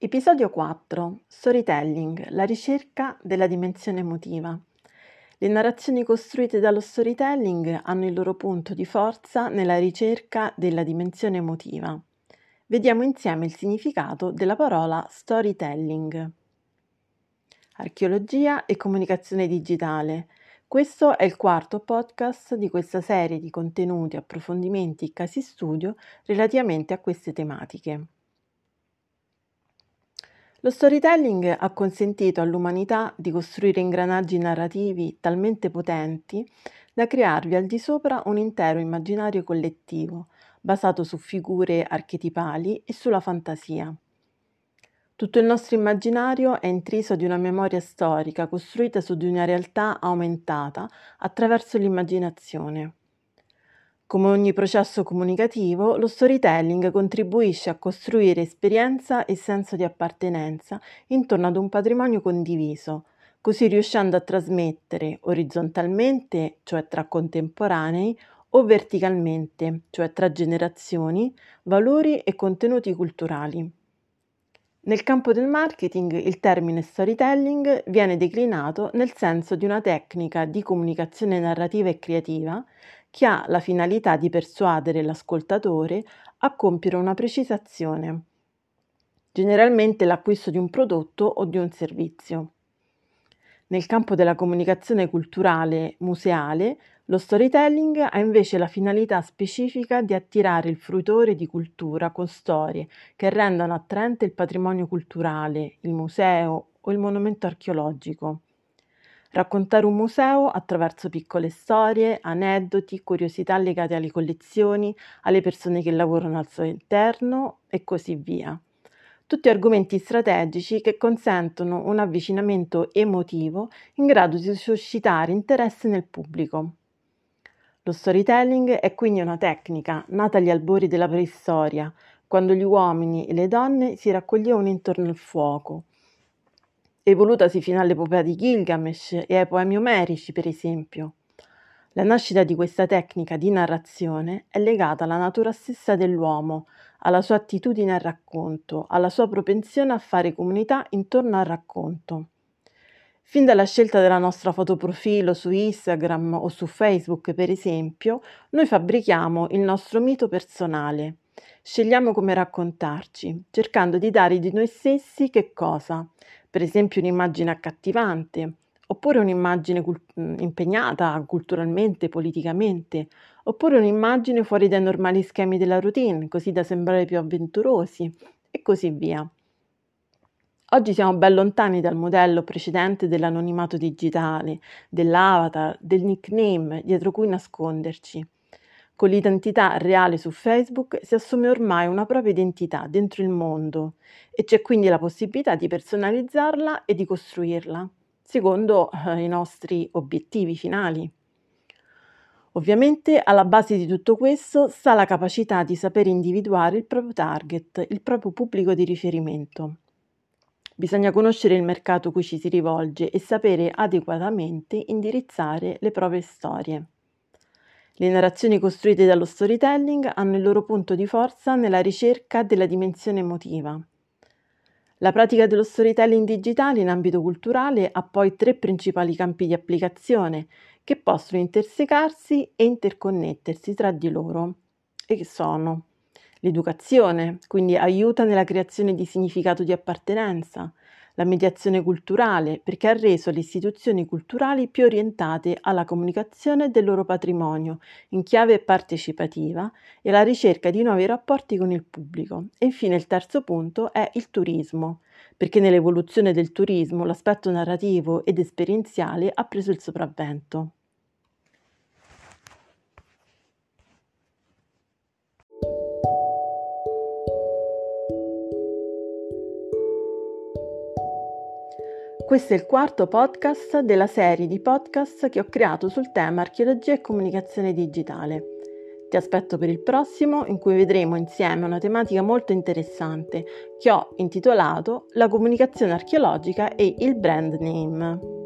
Episodio 4. Storytelling, la ricerca della dimensione emotiva. Le narrazioni costruite dallo storytelling hanno il loro punto di forza nella ricerca della dimensione emotiva. Vediamo insieme il significato della parola storytelling. Archeologia e comunicazione digitale. Questo è il quarto podcast di questa serie di contenuti, approfondimenti e casi studio relativamente a queste tematiche. Lo storytelling ha consentito all'umanità di costruire ingranaggi narrativi talmente potenti da crearvi al di sopra un intero immaginario collettivo, basato su figure archetipali e sulla fantasia. Tutto il nostro immaginario è intriso di una memoria storica costruita su di una realtà aumentata attraverso l'immaginazione. Come ogni processo comunicativo, lo storytelling contribuisce a costruire esperienza e senso di appartenenza intorno ad un patrimonio condiviso, così riuscendo a trasmettere orizzontalmente, cioè tra contemporanei, o verticalmente, cioè tra generazioni, valori e contenuti culturali. Nel campo del marketing il termine storytelling viene declinato nel senso di una tecnica di comunicazione narrativa e creativa che ha la finalità di persuadere l'ascoltatore a compiere una precisa azione, generalmente l'acquisto di un prodotto o di un servizio. Nel campo della comunicazione culturale museale, lo storytelling ha invece la finalità specifica di attirare il fruitore di cultura con storie che rendano attraente il patrimonio culturale, il museo o il monumento archeologico. Raccontare un museo attraverso piccole storie, aneddoti, curiosità legate alle collezioni, alle persone che lavorano al suo interno e così via. Tutti argomenti strategici che consentono un avvicinamento emotivo in grado di suscitare interesse nel pubblico. Lo storytelling è quindi una tecnica nata agli albori della preistoria, quando gli uomini e le donne si raccoglievano intorno al fuoco, evolutasi fino all'epopea di Gilgamesh e ai poemi omerici, per esempio. La nascita di questa tecnica di narrazione è legata alla natura stessa dell'uomo, alla sua attitudine al racconto, alla sua propensione a fare comunità intorno al racconto. Fin dalla scelta della nostra fotoprofilo su Instagram o su Facebook, per esempio, noi fabbrichiamo il nostro mito personale. Scegliamo come raccontarci, cercando di dare di noi stessi che cosa? Per esempio un'immagine accattivante, oppure un'immagine impegnata culturalmente, politicamente, oppure un'immagine fuori dai normali schemi della routine, così da sembrare più avventurosi, e così via. Oggi siamo ben lontani dal modello precedente dell'anonimato digitale, dell'avatar, del nickname dietro cui nasconderci. Con l'identità reale su Facebook si assume ormai una propria identità dentro il mondo e c'è quindi la possibilità di personalizzarla e di costruirla, secondo i nostri obiettivi finali. Ovviamente alla base di tutto questo sta la capacità di saper individuare il proprio target, il proprio pubblico di riferimento. Bisogna conoscere il mercato cui ci si rivolge e sapere adeguatamente indirizzare le proprie storie. Le narrazioni costruite dallo storytelling hanno il loro punto di forza nella ricerca della dimensione emotiva. La pratica dello storytelling digitale in ambito culturale ha poi 3 principali campi di applicazione che possono intersecarsi e interconnettersi tra di loro, e che sono l'educazione, quindi aiuta nella creazione di significato di appartenenza, la mediazione culturale, perché ha reso le istituzioni culturali più orientate alla comunicazione del loro patrimonio in chiave partecipativa e la ricerca di nuovi rapporti con il pubblico. E infine il terzo punto è il turismo, perché nell'evoluzione del turismo l'aspetto narrativo ed esperienziale ha preso il sopravvento. Questo è il quarto podcast della serie di podcast che ho creato sul tema archeologia e comunicazione digitale. Ti aspetto per il prossimo, in cui vedremo insieme una tematica molto interessante che ho intitolato La comunicazione archeologica e il brand name.